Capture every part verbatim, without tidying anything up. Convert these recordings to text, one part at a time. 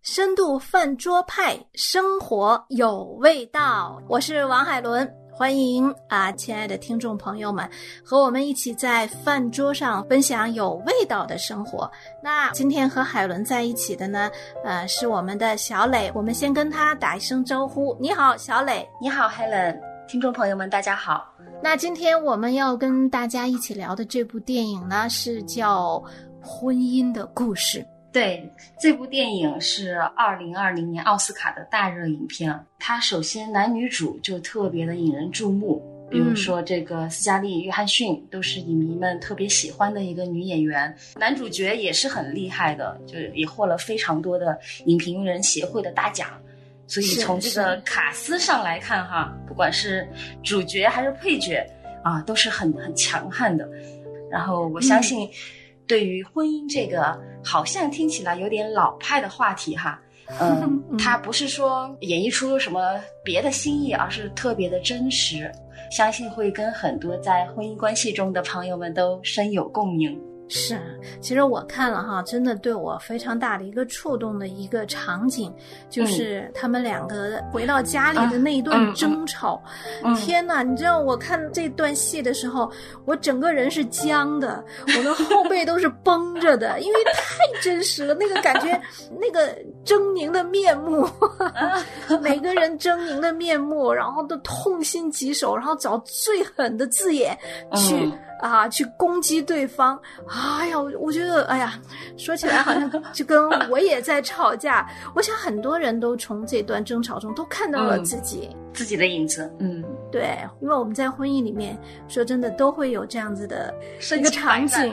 深度饭桌派，生活有味道。我是王海伦，欢迎啊，亲爱的听众朋友们，和我们一起在饭桌上分享有味道的生活。那今天和海伦在一起的呢，呃，是我们的小磊。我们先跟他打一声招呼。你好，小磊。 你好 Helen， 听众朋友们大家好。 那今天我们要跟大家一起聊的这部电影呢，是叫《婚姻的故事》。 对，这部电影是二零二零年奥斯卡的大热影片。它首先男女主就特别的引人注目，比如说这个斯嘉丽·约翰逊都是影迷们特别喜欢的一个女演员，男主角也是很厉害的，就也获了非常多的影评人协会的大奖。所以从这个卡司上来看哈，不管是主角还是配角啊，都是很很强悍的。然后我相信、嗯对于婚姻这个好像听起来有点老派的话题哈，嗯，它不是说演绎出什么别的新意，而是特别的真实，相信会跟很多在婚姻关系中的朋友们都深有共鸣。 是，其实我看了哈，真的对我非常大的一个触动的一个场景，就是他们两个回到家里的那一段争吵。嗯嗯嗯、天哪，你知道我看这段戏的时候，我整个人是僵的，我的后背都是绷着的，因为太真实了，那个感觉，那个狰狞的面目，每个人狰狞的面目，然后都痛心疾首，然后找最狠的字眼去。嗯啊，去攻击对方。哎呀，我觉得，哎呀，说起来好像就跟我也在吵架。我想很多人都从这段争吵中都看到了自己、 嗯、自己的影子。嗯， 对，因为我们在婚姻里面，说真的都会有这样子的一个场景。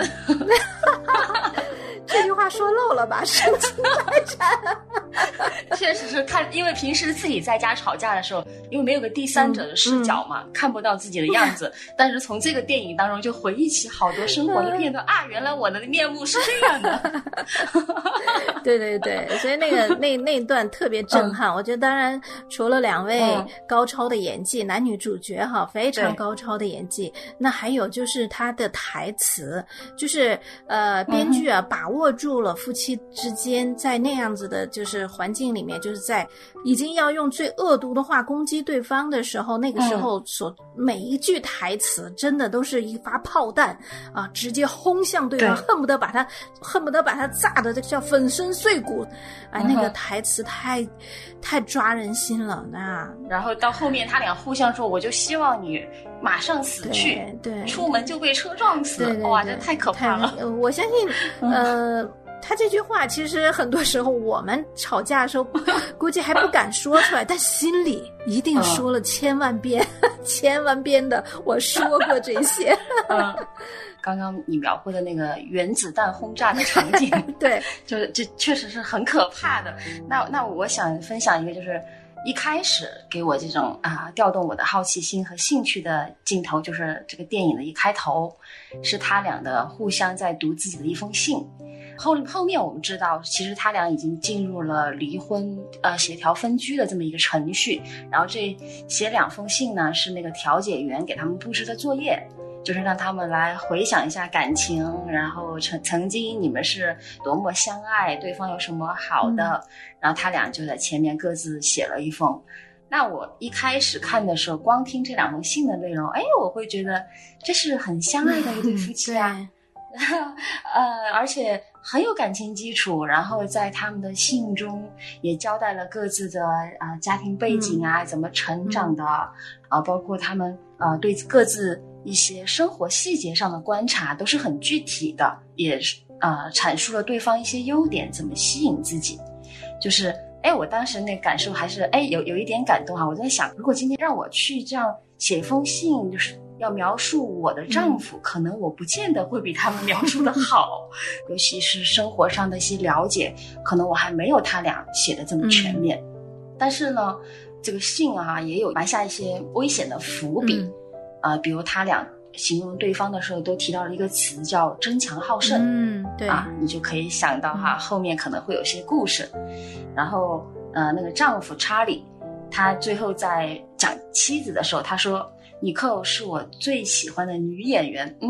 这句话说漏了吧？身经百战。 确实是看，因为平时自己在家吵架的时候，因为没有个第三者的视角嘛，嗯嗯、看不到自己的样子。但是从这个电影当中就回忆起好多生活的片段、嗯、啊，原来我的面目是这样的。 对对对，所以那个那那段特别震撼。嗯、我觉得当然除了两位高超的演技，嗯、男女主角哈非常高超的演技，那还有就是他的台词，就是呃编剧啊、嗯、把握住了夫妻之间在那样子的就是环境里面，就是在已经要用最恶毒的话攻击对方的时候，那个时候所每一句台词真的都是一发炮弹啊，直接轰向对方，恨不得把他恨不得把他炸的叫粉身碎骨。哎，那个台词太太抓人心了。那然后到后面他俩互相说，我就希望你马上死去， 对，对出门就被车撞死。 对对对， 哇，这太可怕了。 我相信呃他这句话其实很多时候我们吵架的时候估计还不敢说出来，但心里一定说了千万遍、嗯、千万遍的我说过这些。 嗯，刚刚你描绘的那个原子弹轰炸的场景对， 就是这确实是很可怕的。那那我想分享一个，就是一开始给我这种啊调动我的好奇心和兴趣的镜头，就是这个电影的一开头是他俩的互相在读自己的一封信。后后面我们知道，其实他俩已经进入了离婚呃协调分居的这么一个程序。然后这写两封信呢，是那个调解员给他们布置的作业，就是让他们来回想一下感情，然后曾曾经你们是多么相爱，对方有什么好的、嗯、然后他俩就在前面各自写了一封。那我一开始看的时候，光听这两封信的内容，哎，我会觉得这是很相爱的一对夫妻啊、嗯呃，而且很有感情基础，然后在他们的信中也交代了各自的啊、呃、家庭背景啊、嗯、怎么成长的啊、呃，包括他们啊、呃、对各自一些生活细节上的观察都是很具体的，也啊、呃、阐述了对方一些优点，怎么吸引自己。就是哎，我当时那感受还是哎有有一点感动啊！我在想，如果今天让我去这样写封信，就是要描述我的丈夫、嗯、可能我不见得会比他们描述的好尤其是生活上的一些了解，可能我还没有他俩写的这么全面、嗯、但是呢这个信啊也有埋下一些危险的伏笔、嗯呃、比如他俩形容对方的时候都提到了一个词叫争强好胜， 嗯，对啊，你就可以想到哈、嗯、后面可能会有些故事。然后呃那个丈夫查理他最后在讲妻子的时候他说，尼寇是我最喜欢的女演员。嗯，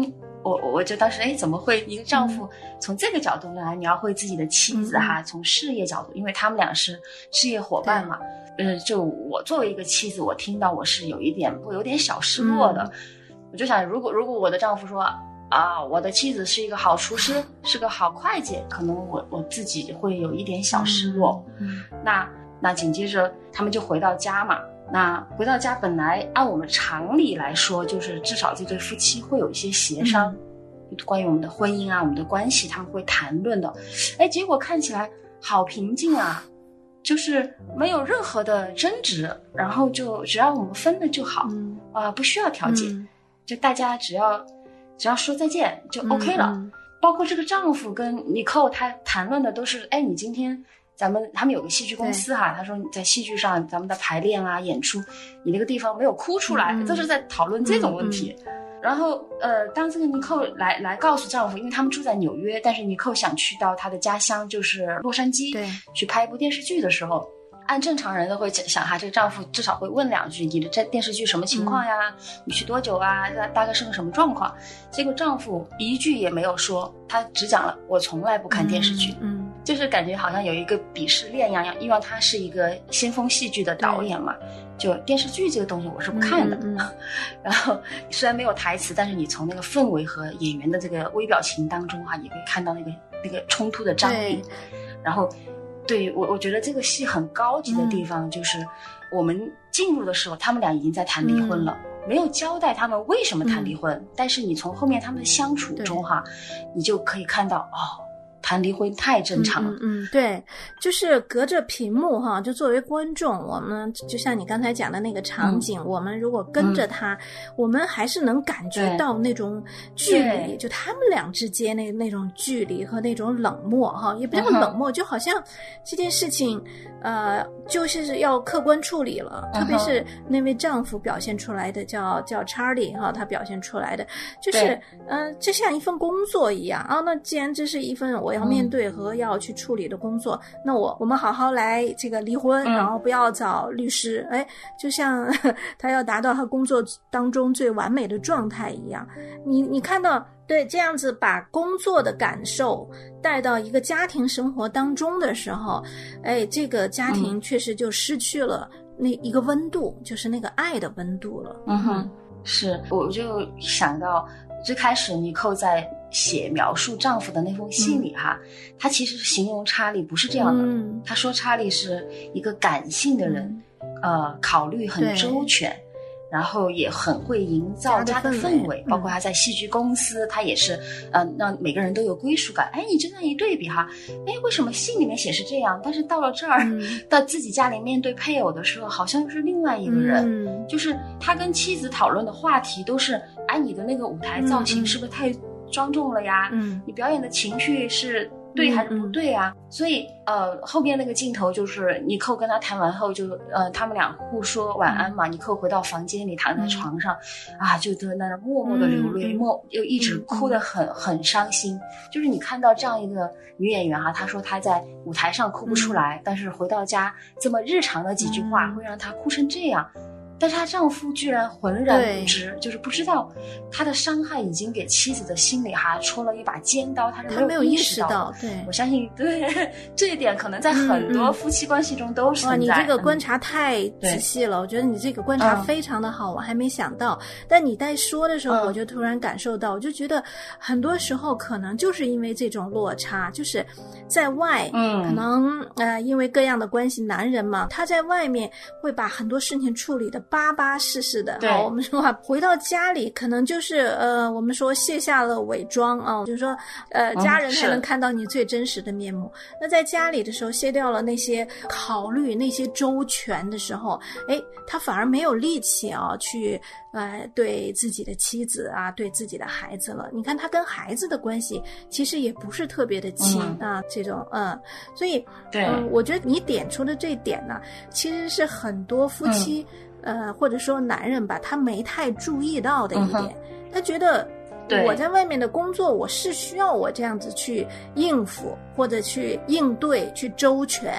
我我就当时哎，怎么会一个丈夫从这个角度来描绘自己的妻子哈？嗯、从事业角度，因为他们俩是事业伙伴嘛。呃，就我作为一个妻子，我听到我是有一点会有点小失落的。嗯、我就想，如果如果我的丈夫说啊，我的妻子是一个好厨师，是个好会计，可能我我自己会有一点小失落。嗯，那那紧接着他们就回到家嘛。那回到家，本来按我们常理来说，就是至少这对夫妻会有一些协商，嗯、关于我们的婚姻啊，我们的关系，他们会谈论的。哎，结果看起来好平静啊。就是没有任何的争执，然后就只要我们分了就好，嗯、啊，不需要调解，嗯、就大家只要只要说再见就 OK 了。嗯嗯、包括这个丈夫跟尼寇他谈论的都是，哎，你今天咱们他们有个戏剧公司哈，他说你在戏剧上咱们的排练啊、演出，你那个地方没有哭出来，嗯、都是在讨论这种问题。嗯嗯然后，呃，当这个尼寇来来告诉丈夫，因为他们住在纽约，但是尼寇想去到他的家乡，就是洛杉矶，对，去拍一部电视剧的时候，按正常人都会想哈，这个丈夫至少会问两句，你的这电视剧什么情况呀？嗯、你去多久啊？大概是个什么状况？结果丈夫一句也没有说，他只讲了我从来不看电视剧，嗯，嗯就是感觉好像有一个鄙视链一样，因为他是一个先锋戏剧的导演嘛。就电视剧这个东西我是不看的，嗯嗯、然后虽然没有台词，但是你从那个氛围和演员的这个微表情当中哈、啊，也可以看到那个那个冲突的张力。然后，对我我觉得这个戏很高级的地方就是，我们进入的时候，他们俩已经在谈离婚了，嗯、没有交代他们为什么谈离婚，嗯、但是你从后面他们的相处中哈，你就可以看到哦。谈离婚太正常了， 嗯嗯，对，就是隔着屏幕哈，就作为观众，我们就像你刚才讲的那个场景，嗯、我们如果跟着他，嗯、我们还是能感觉到那种距离，就他们俩之间那那种距离和那种冷漠哈，也不叫冷漠，嗯、就好像这件事情，呃，就是要客观处理了，嗯、特别是那位丈夫表现出来的叫叫查理哈，他表现出来的就是，嗯、呃，就像一份工作一样啊，那既然这是一份我。要面对和要去处理的工作，嗯、那我我们好好来这个离婚，嗯、然后不要找律师，哎，就像他要达到他工作当中最完美的状态一样。你你看到对这样子把工作的感受带到一个家庭生活当中的时候，哎，这个家庭确实就失去了那一个温度，嗯、就是那个爱的温度了。 嗯哼，是，我就想到最开始尼寇在写描述丈夫的那封信里哈，嗯、他其实形容查理不是这样的，嗯、他说查理是一个感性的人，嗯、呃，考虑很周全，然后也很会营造家的氛围，包括他在戏剧公司，嗯、他也是，嗯、呃，让每个人都有归属感。哎，你这样一对比哈，哎，为什么信里面写是这样，但是到了这儿，嗯、到自己家里面对配偶的时候，好像又是另外一个人，嗯、就是他跟妻子讨论的话题都是，哎，你的那个舞台造型是不是太庄重了呀？嗯，你表演的情绪是对还是不对啊？嗯嗯、所以呃，后边那个镜头就是尼寇跟他谈完后就呃，他们俩互说晚安嘛。嗯、尼寇回到房间里躺在床上，嗯、啊，就在那默默的流泪，嗯、默又一直哭得很、嗯、很伤心。就是你看到这样一个女演员哈、啊，她说她在舞台上哭不出来，嗯、但是回到家这么日常的几句话、嗯、会让她哭成这样。但是她丈夫居然浑然不知，就是不知道他的伤害已经给妻子的心里哈戳了一把尖刀，他是没有意识到。到对， 我相信对这一点可能在很多夫妻关系中都是存在。 哇，你这个观察太仔细了，嗯、我觉得你这个观察非常的好，嗯、我还没想到。但你在说的时候，我就突然感受到，嗯、我就觉得很多时候可能就是因为这种落差，就是在外，嗯，可能呃因为各样的关系，男人嘛，他在外面会把很多事情处理的巴巴适适的，好，我们说啊，回到家里可能就是呃，我们说卸下了伪装啊，就是说呃，家人才能看到你最真实的面目。嗯、那在家里的时候，卸掉了那些考虑、那些周全的时候，哎，他反而没有力气啊，去呃对自己的妻子啊，对自己的孩子了。你看他跟孩子的关系其实也不是特别的亲、嗯、啊，这种嗯，所以对、嗯，我觉得你点出的这一点呢，其实是很多夫妻。嗯呃，或者说男人吧，他没太注意到的一点，嗯、他觉得我在外面的工作，我是需要我这样子去应付或者去应对、去周全，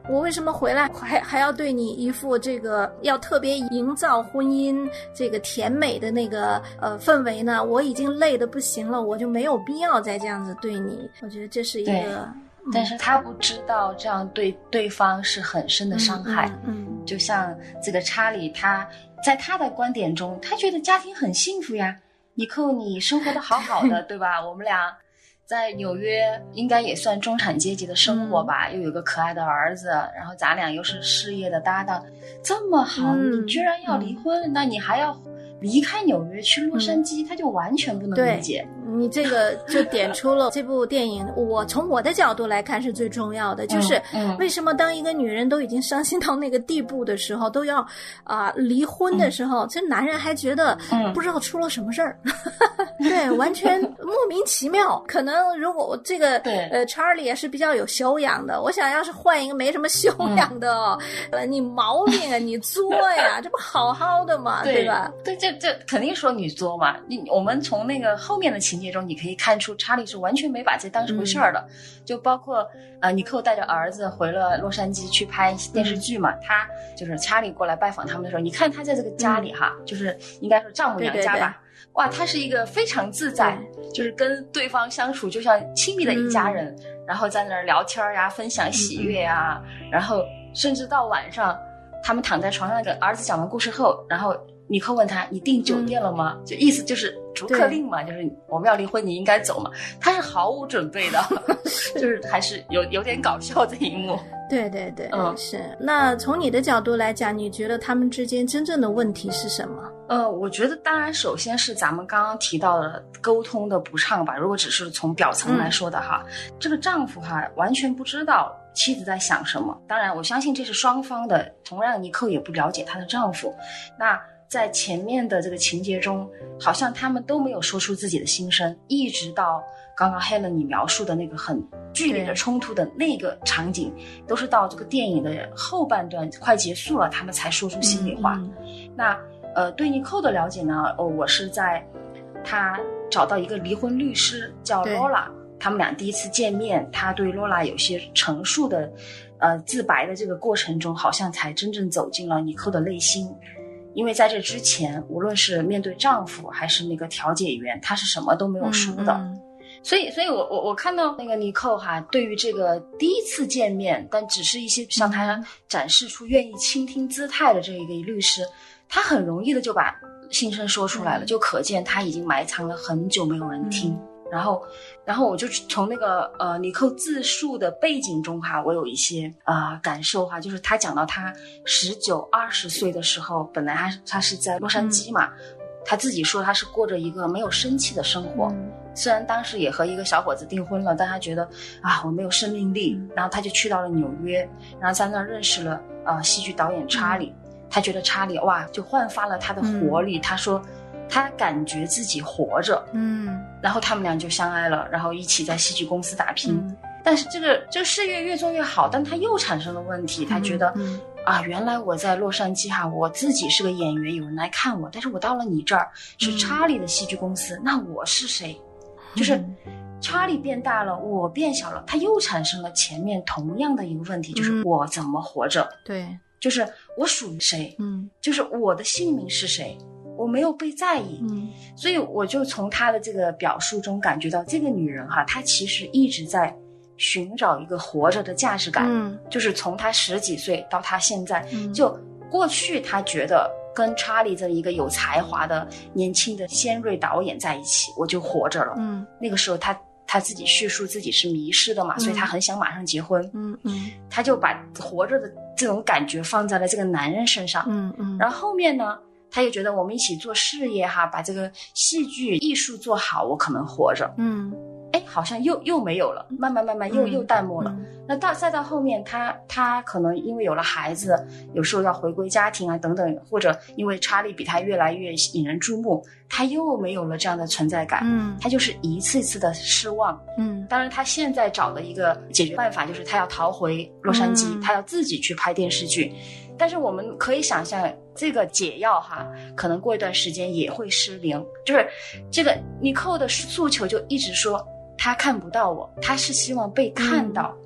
我为什么回来还还要对你一副这个要特别营造婚姻这个甜美的那个呃氛围呢？我已经累得不行了，我就没有必要再这样子对你。我觉得这是一个， 嗯、但是他不知道这样对对方是很深的伤害。 嗯，嗯就像这个查理，他在他的观点中，他觉得家庭很幸福呀，尼寇你生活的好好的，对吧？我们俩在纽约应该也算中产阶级的生活吧，嗯、又有个可爱的儿子，然后咱俩又是事业的搭档，这么好，嗯、你居然要离婚，嗯、那你还要离开纽约去洛杉矶，嗯、他就完全不能理解。 你这个就点出了这部电影我从我的角度来看是最重要的，就是为什么当一个女人都已经伤心到那个地步的时候，都要啊、呃、离婚的时候，嗯、这男人还觉得不知道出了什么事儿，嗯、对，完全莫名其妙。可能如果这个呃查理也是比较有修养的，我想要是换一个没什么修养的，哦，嗯、呃你毛病啊，你作呀，这不好好的嘛， 对对吧？ 对，这这肯定说你作嘛。你我们从那个后面的情节中，你可以看出查理是完全没把这当成回事儿的，嗯、就包括呃，尼寇带着儿子回了洛杉矶去拍电视剧嘛，嗯、他就是查理过来拜访他们的时候，你看他在这个家里哈，嗯、就是应该说丈母娘家吧，对对对，哇，他是一个非常自在，就是跟对方相处就像亲密的一家人，嗯、然后在那儿聊天呀，分享喜悦呀，嗯、然后甚至到晚上，他们躺在床上给儿子讲完故事后，然后尼寇问他：“你订酒店了吗？”嗯、就意思就是逐客令嘛，就是我们要离婚，你应该走嘛。他是毫无准备的，就是还是有有点搞笑这一幕。 对对对， 嗯， 是。那从你的角度来讲，你觉得他们之间真正的问题是什么？ 呃，我觉得当然首先是咱们刚刚提到的沟通的不畅吧。如果只是从表层来说的哈，嗯、这个丈夫哈完全不知道妻子在想什么。当然，我相信这是双方的，同样尼寇也不了解她的丈夫。那在前面的这个情节中，好像他们都没有说出自己的心声，一直到刚刚 Helen 你描述的那个很剧烈的冲突的那个场景，都是到这个电影的后半段快结束了，他们才说出心里话。嗯嗯那呃，对尼寇的了解呢，哦，我是在他找到一个离婚律师叫 Lola， 他们俩第一次见面，他对 Lola 有些陈述的呃自白的这个过程中，好像才真正走进了尼寇的内心。因为在这之前，无论是面对丈夫还是那个调解员，他是什么都没有说的。嗯嗯所以，所以我我我看到那个尼寇哈，对于这个第一次见面，但只是一些向他展示出愿意倾听姿态的这一个律师，他很容易的就把心声说出来了，嗯、就可见他已经埋藏了很久没有人听。嗯、然后，然后我就从那个呃尼寇自述的背景中哈，我有一些呃感受哈，就是他讲到他十九二十岁的时候，本来他他是在洛杉矶嘛。嗯他自己说他是过着一个没有生气的生活，嗯、虽然当时也和一个小伙子订婚了，但他觉得啊我没有生命力，嗯、然后他就去到了纽约，然后在那儿认识了呃戏剧导演查理，嗯、他觉得查理哇就焕发了他的活力，嗯、他说他感觉自己活着，嗯，然后他们俩就相爱了，然后一起在戏剧公司打拼，嗯、但是这个这个事业越做越好，但他又产生了问题，他觉得。嗯嗯啊，原来我在洛杉矶哈，我自己是个演员，有人来看我，但是我到了你这儿是查理的戏剧公司，嗯、那我是谁？就是查理变大了，我变小了，他又产生了前面同样的一个问题，就是我怎么活着？ 嗯、对， 就是我属于谁？嗯，就是我的姓名是谁？我没有被在意，嗯，所以我就从他的这个表述中感觉到，这个女人哈，她其实一直在。寻找一个活着的价值感，嗯，就是从他十几岁到他现在，嗯、就过去他觉得跟查理这一个有才华的年轻的先锐导演在一起，我就活着了，嗯，那个时候他他自己叙述自己是迷失的嘛，嗯、所以他很想马上结婚，嗯嗯，他就把活着的这种感觉放在了这个男人身上，嗯嗯，然后后面呢，他又觉得我们一起做事业哈，把这个戏剧艺术做好，我可能活着，嗯。哎，好像又又没有了，慢慢慢慢又、嗯、又淡漠了。嗯、那到再到后面，他他可能因为有了孩子，有时候要回归家庭啊等等，或者因为查理比他越来越引人注目，他又没有了这样的存在感。嗯，他就是一次一次的失望。嗯，当然他现在找的一个解决办法就是他要逃回洛杉矶，嗯、他要自己去拍电视剧。但是我们可以想象，这个解药哈，可能过一段时间也会失灵。就是这个尼寇的诉求就一直说。他看不到我，他是希望被看到，嗯、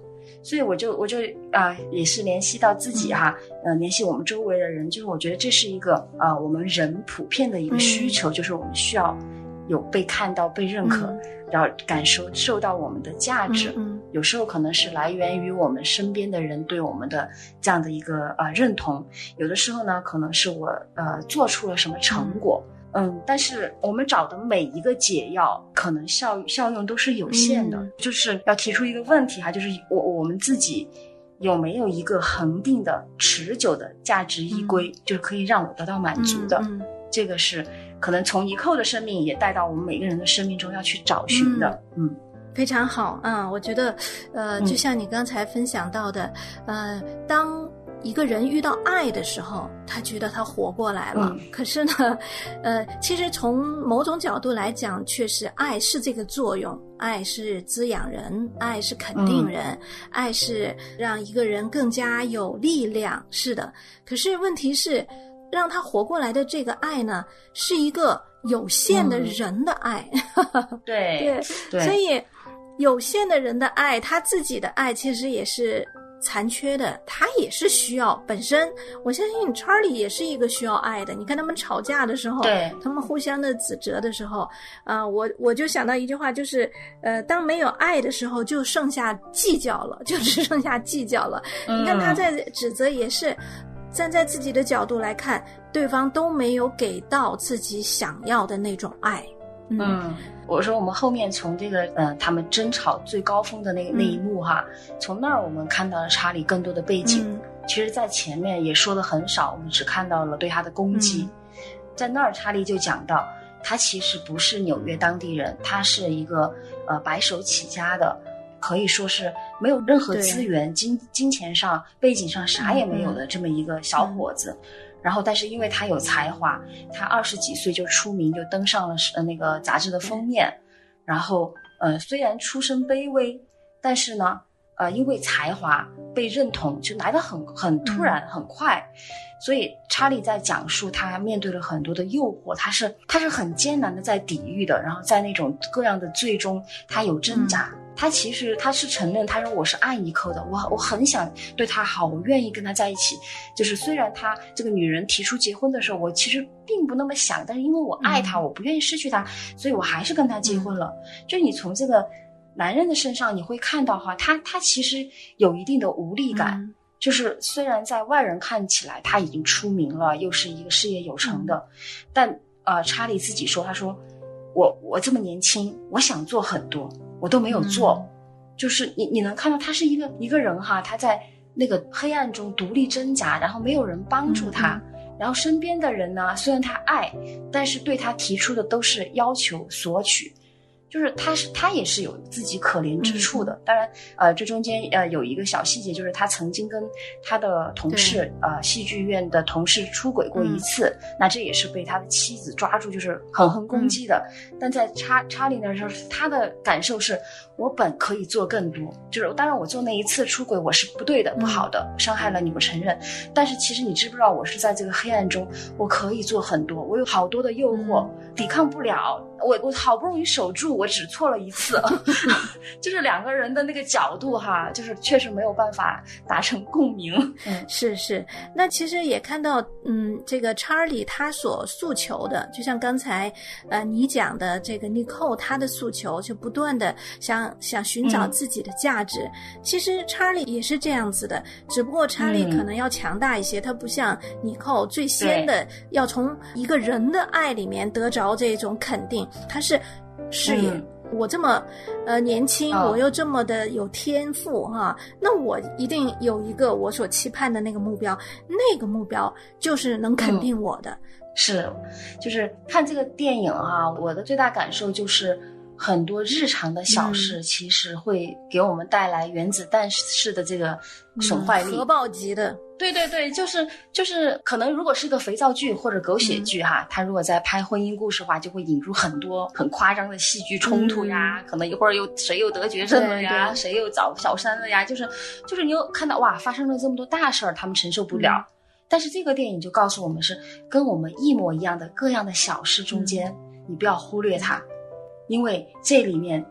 所以我就我就啊、呃、也是联系到自己哈，呃联系我们周围的人，就是我觉得这是一个啊、呃、我们人普遍的一个需求，嗯、就是我们需要有被看到、被认可，嗯、然后感受受到我们的价值。嗯，有时候可能是来源于我们身边的人对我们的这样的一个呃认同，有的时候呢可能是我呃做出了什么成果。嗯嗯，但是我们找的每一个解药，可能效效用都是有限的，嗯、就是要提出一个问题哈，就是我我们自己有没有一个恒定的、持久的价值依归，嗯、就是可以让我得到满足的。嗯嗯、这个是可能从尼寇的生命也带到我们每个人的生命中要去找寻的。嗯。嗯非常好啊，我觉得，呃，就像你刚才分享到的，嗯、呃，当一个人遇到爱的时候，他觉得他活过来了。嗯、可是呢，呃，其实从某种角度来讲，确实爱是这个作用，爱是滋养人，爱是肯定人，嗯、爱是让一个人更加有力量。是的，可是问题是，让他活过来的这个爱呢，是一个有限的人的爱。 嗯、对对对，所以。有限的人的爱，他自己的爱其实也是残缺的，他也是需要本身。我相信查理也是一个需要爱的。你看他们吵架的时候， 对， 他们互相的指责的时候，啊、呃，我我就想到一句话，就是呃，当没有爱的时候，就剩下计较了，就只剩下计较了。嗯、你看他在指责也是站在自己的角度来看，对方都没有给到自己想要的那种爱。嗯。 嗯我说我们后面从这个呃他们争吵最高峰的那个、嗯、那一幕哈，从那儿我们看到了查理更多的背景。嗯、其实在前面也说的很少，我们只看到了对他的攻击。嗯、在那儿查理就讲到，他其实不是纽约当地人，他是一个呃白手起家的，可以说是没有任何资源，金金钱上背景上啥也没有的这么一个小伙子。嗯嗯然后，但是因为他有才华，他二十几岁就出名，就登上了呃那个杂志的封面。然后，呃，虽然出身卑微，但是呢，呃，因为才华被认同，就来得很很突然，很快。所以，查理在讲述他面对了很多的诱惑，他是他是很艰难的在抵御的，然后在那种各样的罪中，他有挣扎。嗯他其实他是承认，他说我是爱尼寇的，我我很想对他好，我愿意跟他在一起。就是虽然他这个女人提出结婚的时候，我其实并不那么想，但是因为我爱他，我不愿意失去他，所以我还是跟他结婚了。就你从这个男人的身上你会看到哈，他他其实有一定的无力感。嗯就是虽然在外人看起来他已经出名了，又是一个事业有成的，嗯、但呃，查理自己说，他说我我这么年轻，我想做很多。我都没有做，嗯、就是你你能看到他是一个一个人哈，他在那个黑暗中独立挣扎，然后没有人帮助他，嗯、然后身边的人呢，虽然他爱，但是对他提出的都是要求索取，就是他是他也是有自己可怜之处的。嗯、当然，呃，这中间呃有一个小细节，就是他曾经跟他的同事呃戏剧院的同事出轨过一次，嗯、那这也是被他的妻子抓住，就是狠狠攻击的。嗯、但在查查理那时候，他的感受是，我本可以做更多，就是当然我做那一次出轨我是不对的、不好的，伤害了你，我承认。但是其实你知不知道，我是在这个黑暗中，我可以做很多，我有好多的诱惑，嗯、抵抗不了。我我好不容易守住，我只错了一次，就是两个人的那个角度哈，就是确实没有办法达成共鸣。 嗯，是是。那其实也看到，嗯，这个查理他所诉求的，就像刚才呃你讲的这个尼寇他的诉求，就不断的想想寻找自己的价值。嗯、其实查理也是这样子的，只不过查理可能要强大一些，嗯、他不像尼寇最先的要从一个人的爱里面得着这种肯定。他是事业，嗯、我这么呃年轻，哦、我又这么的有天赋哈，那我一定有一个我所期盼的那个目标，那个目标就是能肯定我的。嗯、 是，就是看这个电影哈，我的最大感受就是很多日常的小事，其实会给我们带来原子弹式的这个损坏力， 嗯、核爆级的。 对对对，就是就是可能如果是个肥皂剧或者狗血剧哈，嗯、他如果在拍婚姻故事的话，就会引入很多很夸张的戏剧冲突呀，嗯、可能一会儿又谁又得绝症了呀，谁又找小三了呀，就是就是你又看到哇，发生了这么多大事儿，他们承受不了。嗯、但是这个电影就告诉我们是跟我们一模一样的各样的小事中间，嗯、你不要忽略它，因为这里面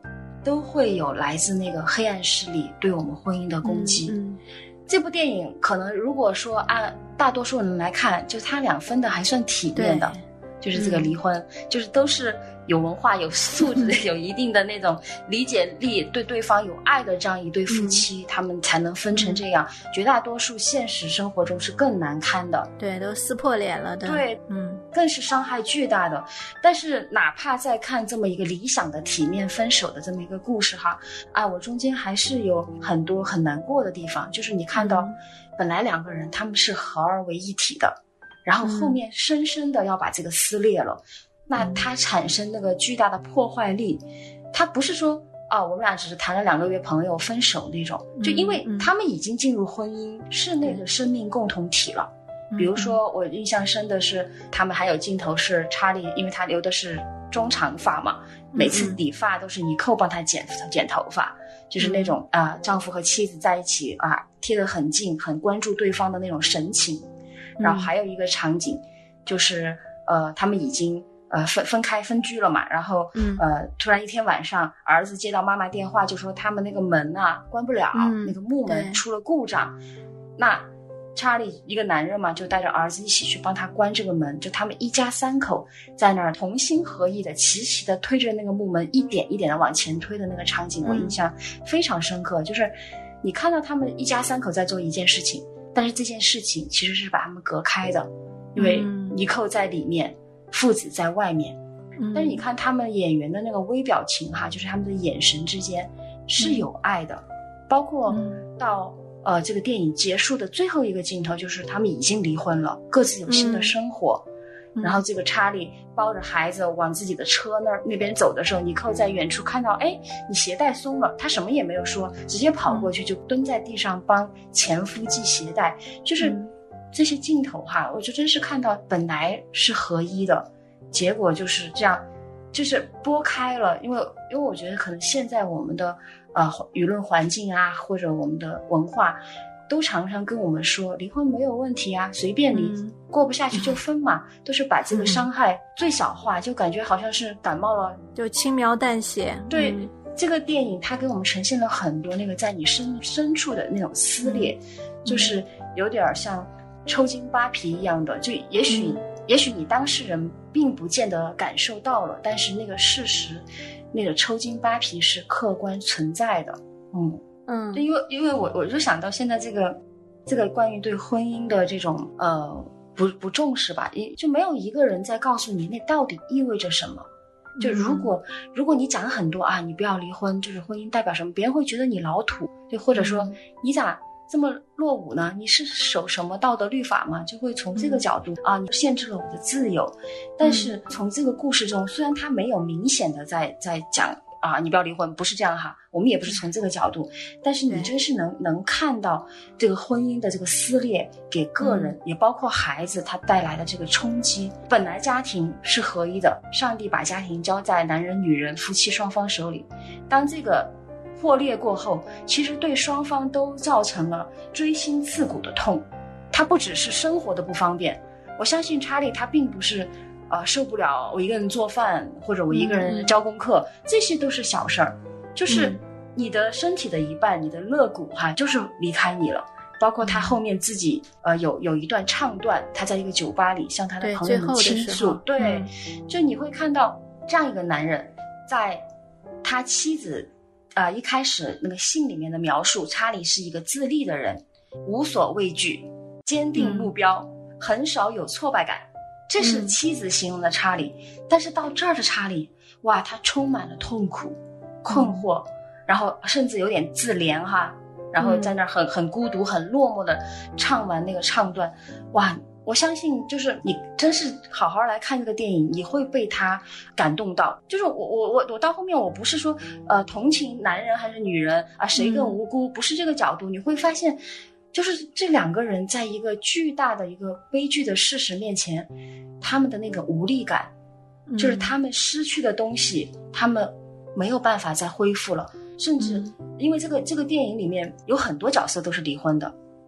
都会有来自那个黑暗势力对我们婚姻的攻击。 嗯嗯， 这部电影可能如果说按大多数人来看，就他俩分的还算体面的，就是这个离婚、嗯、就是都是有文化有素质的有一定的那种理解力对对方有爱的这样一对夫妻、嗯、他们才能分成这样、嗯、绝大多数现实生活中是更难堪的， 对，都撕破脸了的， 对，嗯，更是伤害巨大的。但是哪怕在看这么一个理想的体面分手的这么一个故事哈，啊，我中间还是有很多很难过的地方，就是你看到、嗯、本来两个人他们是合而为一体的，然后后面深深的要把这个撕裂了、嗯，那它产生那个巨大的破坏力，它不是说啊，我们俩只是谈了两个月朋友分手那种，就因为他们已经进入婚姻，是那个生命共同体了。比如说我印象深的是，他们还有镜头是查理，因为他留的是中长发嘛，每次理发都是尼寇帮他剪剪头发，就是那种啊、呃，丈夫和妻子在一起啊，贴得很近，很关注对方的那种神情。然后还有一个场景，就是呃，他们已经呃分分开分居了嘛，然后、嗯、呃，突然一天晚上，儿子接到妈妈电话，就说他们那个门啊关不了、嗯、那个木门出了故障。那查理一个男人嘛，就带着儿子一起去帮他关这个门，就他们一家三口在那儿同心合意的齐齐的推着那个木门一点一点的往前推的那个场景、嗯、我印象非常深刻。就是你看到他们一家三口在做一件事情，但是这件事情其实是把他们隔开的，因为尼寇在里面、嗯、父子在外面、嗯、但是你看他们演员的那个微表情哈，就是他们的眼神之间是有爱的、嗯、包括到呃，这个电影结束的最后一个镜头，就是他们已经离婚了，各自有新的生活、嗯、然后这个查理抱着孩子往自己的车那儿那边走的时候，尼寇在远处看到，哎，你鞋带松了，他什么也没有说，直接跑过去就蹲在地上帮前夫系鞋带、嗯、就是这些镜头哈，我就真是看到本来是合一的，结果就是这样，就是拨开了。因为因为我觉得可能现在我们的呃舆论环境啊，或者我们的文化都常常跟我们说离婚没有问题啊，随便离、嗯、过不下去就分嘛、嗯、都是把这个伤害最小化、嗯、就感觉好像是感冒了就轻描淡写。 对、 嗯、 这个电影它给我们呈现了很多那个在你深深处的那种撕裂、嗯、就是有点像抽筋扒皮一样的，就也许、嗯、也许你当事人并不见得感受到了，但是那个事实那个抽筋扒皮是客观存在的。嗯嗯，因为因为我我就想到现在这个这个关于对婚姻的这种呃不不重视吧，就没有一个人在告诉你那到底意味着什么。就如果、嗯、如果你讲很多啊，你不要离婚，就是婚姻代表什么，别人会觉得你老土，就或者说、嗯、你咋这么落伍呢？你是守什么道德律法吗？就会从这个角度、嗯、啊，你限制了我的自由。但是从这个故事中，虽然他没有明显的在在讲啊，你不要离婚，不是这样哈，我们也不是从这个角度，但是你真是能能看到这个婚姻的这个撕裂给个人、嗯、也包括孩子他带来的这个冲击。本来家庭是合一的，上帝把家庭交在男人女人夫妻双方手里，当这个破裂过后，其实对双方都造成了锥心刺骨的痛。它不只是生活的不方便，我相信查理他并不是呃受不了我一个人做饭，或者我一个人教功课、嗯、这些都是小事儿，就是你的身体的一半，你的肋骨哈就是离开你了。包括他后面自己呃有有一段唱段，他在一个酒吧里向他的朋友们倾诉，对，对、嗯，就你会看到这样一个男人，在他妻子啊、呃，一开始那个信里面的描述，查理是一个自立的人，无所畏惧，坚定目标、嗯、很少有挫败感，这是妻子形容的查理、嗯、但是到这儿的查理，哇，他充满了痛苦困惑、嗯、然后甚至有点自怜哈，然后在那儿很很孤独很落寞的唱完那个唱段，哇，我相信就是你真是好好来看这个电影，你会被他感动到。就是我我我我到后面我不是说呃同情男人还是女人啊，谁更无辜、嗯、不是这个角度，你会发现就是这两个人在一个巨大的一个悲剧的事实面前，他们的那个无力感、嗯、就是他们失去的东西他们没有办法再恢复了，甚至因为这个这个电影里面有很多角色都是离婚的，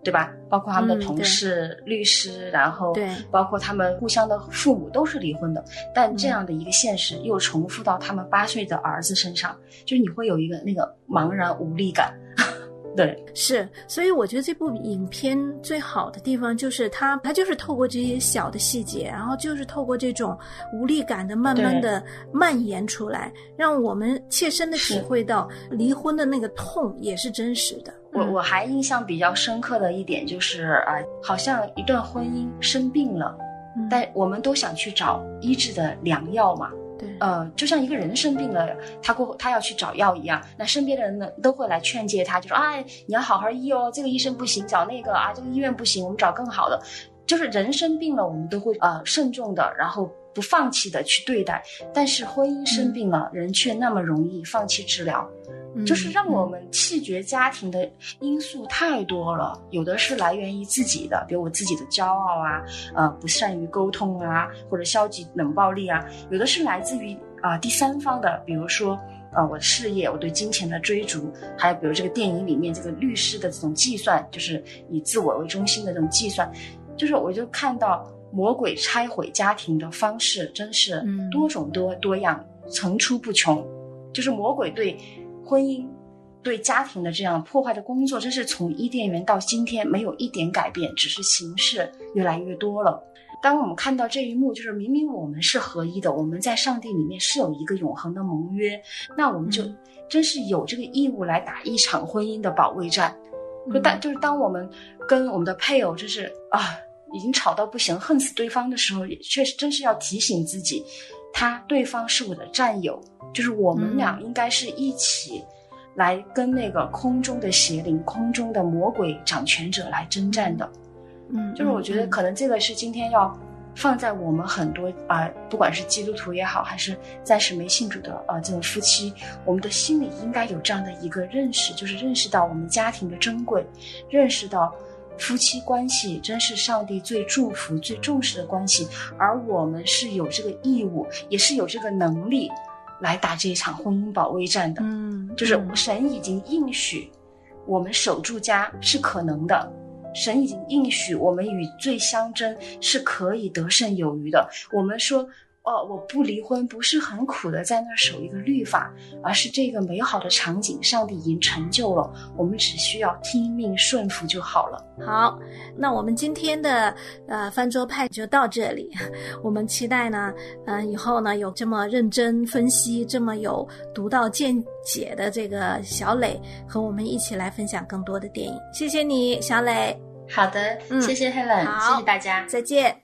对吧？包括他们的同事、嗯、律师，然后对， 包括他们互相的父母都是离婚的，但这样的一个现实又重复到他们八岁的儿子身上，就是你会有一个那个茫然无力感。对， 是，所以我觉得这部影片最好的地方就是它，它就是透过这些小的细节，然后就是透过这种无力感的慢慢的蔓延出来，让我们切身的体会到离婚的那个痛也是真实的。 我我还印象比较深刻的一点就是啊、呃，好像一段婚姻生病了，嗯、但我们都想去找医治的良药嘛。 对， 呃，就像一个人生病了，他过他要去找药一样，那身边的人呢都会来劝诫他，就说哎，你要好好医哦，这个医生不行，找那个啊，这个医院不行，我们找更好的。就是人生病了，我们都会呃慎重的，然后不放弃的去对待。但是婚姻生病了，嗯、人却那么容易放弃治疗。就是让我们弃绝家庭的因素太多了，有的是来源于自己的，比如我自己的骄傲啊，呃，不善于沟通啊，或者消极冷暴力啊，有的是来自于啊、呃、第三方的，比如说呃我的事业，我对金钱的追逐，还有比如这个电影里面这个律师的这种计算，就是以自我为中心的这种计算，就是我就看到魔鬼拆毁家庭的方式真是多种多多样，层出不穷，就是魔鬼对婚姻对家庭的这样破坏的工作，真是从伊甸园到今天没有一点改变，只是形式越来越多了。当我们看到这一幕，就是明明我们是合一的，我们在上帝里面是有一个永恒的盟约，那我们就真是有这个义务来打一场婚姻的保卫战。就当就是当我们跟我们的配偶就是啊已经吵到不行，恨死对方的时候，也确实真是要提醒自己，他对方是我的战友，就是我们俩应该是一起来跟那个空中的邪灵、空中的魔鬼掌权者来征战的。嗯，就是我觉得可能这个是今天要放在我们很多啊、呃，不管是基督徒也好，还是暂时没信主的呃这种夫妻，我们的心里应该有这样的一个认识，就是认识到我们家庭的珍贵，认识到夫妻关系真是上帝最祝福、最重视的关系，而我们是有这个义务，也是有这个能力来打这一场婚姻保卫战的。嗯，就是神已经应许我们守住家是可能的，神已经应许我们与罪相争是可以得胜有余的。我们说哦，我不离婚不是很苦的在那守一个律法，而是这个美好的场景上帝已经成就了，我们只需要听命顺服就好了。 好，那我们今天的呃饭桌派就到这里。我们期待呢嗯、呃，以后呢有这么认真分析，这么有独到见解的这个小磊和我们一起来分享更多的电影。谢谢你，小磊。 好的，嗯、谢谢 Helen， 谢谢大家， 再见。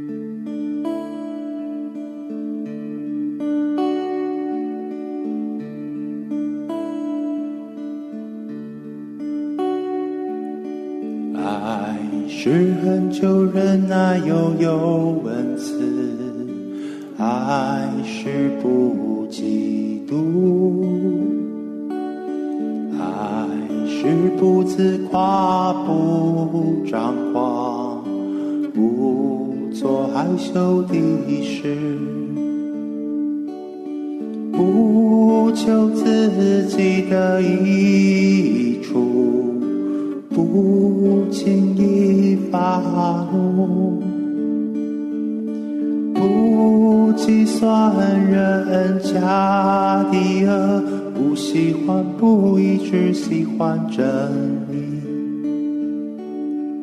爱是很久忍耐又有恩慈，爱是不嫉妒，爱是不自夸不张狂，不做害羞的事，不求自己的益处，不轻易发怒，不计算人家的恶，不喜欢不义，只喜欢真理。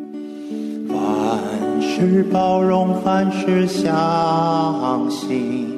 凡事包容，凡事相信，